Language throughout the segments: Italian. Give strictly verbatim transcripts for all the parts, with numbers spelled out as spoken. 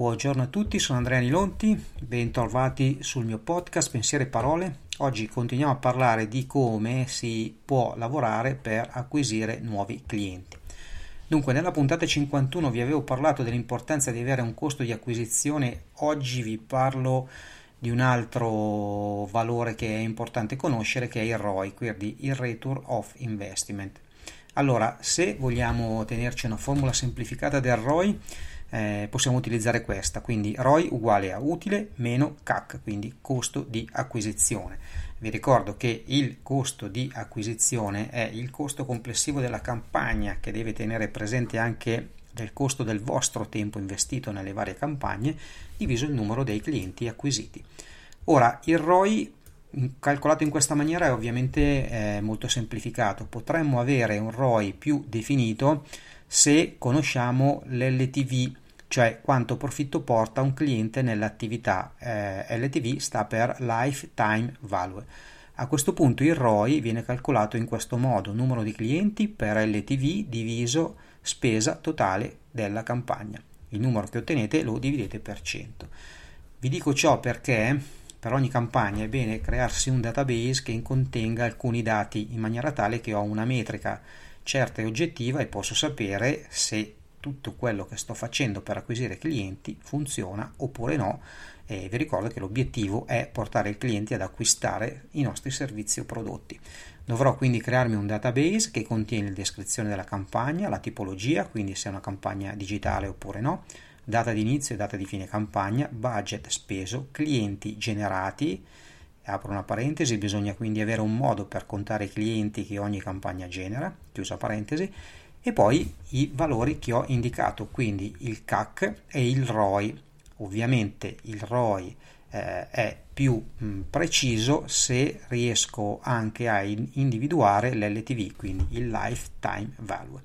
Buongiorno a tutti, sono Andrea Nilonti, bentrovati sul mio podcast Pensieri e Parole. Oggi continuiamo a parlare di come si può lavorare per acquisire nuovi clienti. Dunque, nella puntata cinquantuno vi avevo parlato dell'importanza di avere un costo di acquisizione, oggi vi parlo di un altro valore che è importante conoscere, che è il R O I, quindi il Return of Investment. Allora, se vogliamo tenerci una formula semplificata del R O I, eh, possiamo utilizzare questa, quindi R O I uguale a utile meno C A C, quindi costo di acquisizione. Vi ricordo che il costo di acquisizione è il costo complessivo della campagna, che deve tenere presente anche del costo del vostro tempo investito nelle varie campagne, diviso il numero dei clienti acquisiti. Ora, il R O I calcolato in questa maniera è ovviamente eh, molto semplificato. Potremmo avere un R O I più definito se conosciamo l'L T V, cioè quanto profitto porta un cliente nell'attività. eh, L T V sta per Lifetime Value. A questo punto il R O I viene calcolato in questo modo: numero di clienti per L T V diviso spesa totale della campagna. Il numero che ottenete lo dividete per cento. Vi dico ciò perché per ogni campagna è bene crearsi un database che contenga alcuni dati, in maniera tale che ho una metrica certa e oggettiva e posso sapere se tutto quello che sto facendo per acquisire clienti funziona oppure no. E vi ricordo che l'obiettivo è portare i clienti ad acquistare i nostri servizi o prodotti. Dovrò quindi crearmi un database che contiene la descrizione della campagna, la tipologia, quindi se è una campagna digitale oppure no, data di inizio e data di fine campagna, budget speso, clienti generati, apro una parentesi, bisogna quindi avere un modo per contare i clienti che ogni campagna genera, chiusa parentesi, e poi i valori che ho indicato, quindi il C A C e il R O I. Ovviamente il R O I eh, è più mh, preciso se riesco anche a in- individuare l'L T V, quindi il Lifetime Value.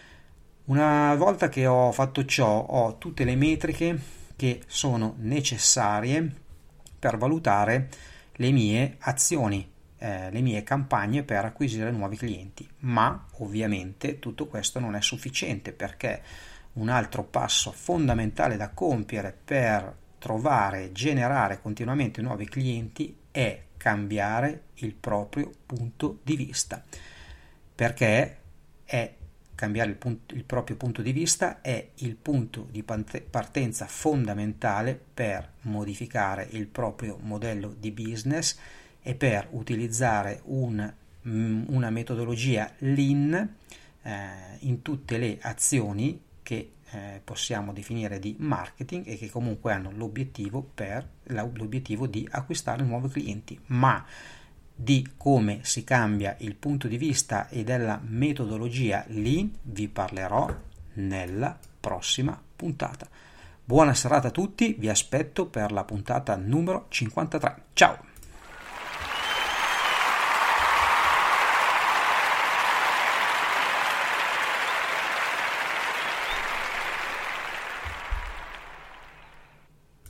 Una volta che ho fatto ciò, ho tutte le metriche che sono necessarie per valutare le mie azioni, eh, le mie campagne per acquisire nuovi clienti. Ma ovviamente tutto questo non è sufficiente, perché un altro passo fondamentale da compiere per trovare e generare continuamente nuovi clienti è cambiare il proprio punto di vista, perché è cambiare il, punto, il proprio punto di vista è il punto di partenza fondamentale per modificare il proprio modello di business e per utilizzare un, una metodologia Lean eh, in tutte le azioni che eh, possiamo definire di marketing e che comunque hanno l'obiettivo, per, l'obiettivo di acquistare nuovi clienti. Ma di come si cambia il punto di vista e della metodologia Lean vi parlerò nella prossima puntata. Buona serata a tutti, vi aspetto per la puntata numero cinquantatré. Ciao!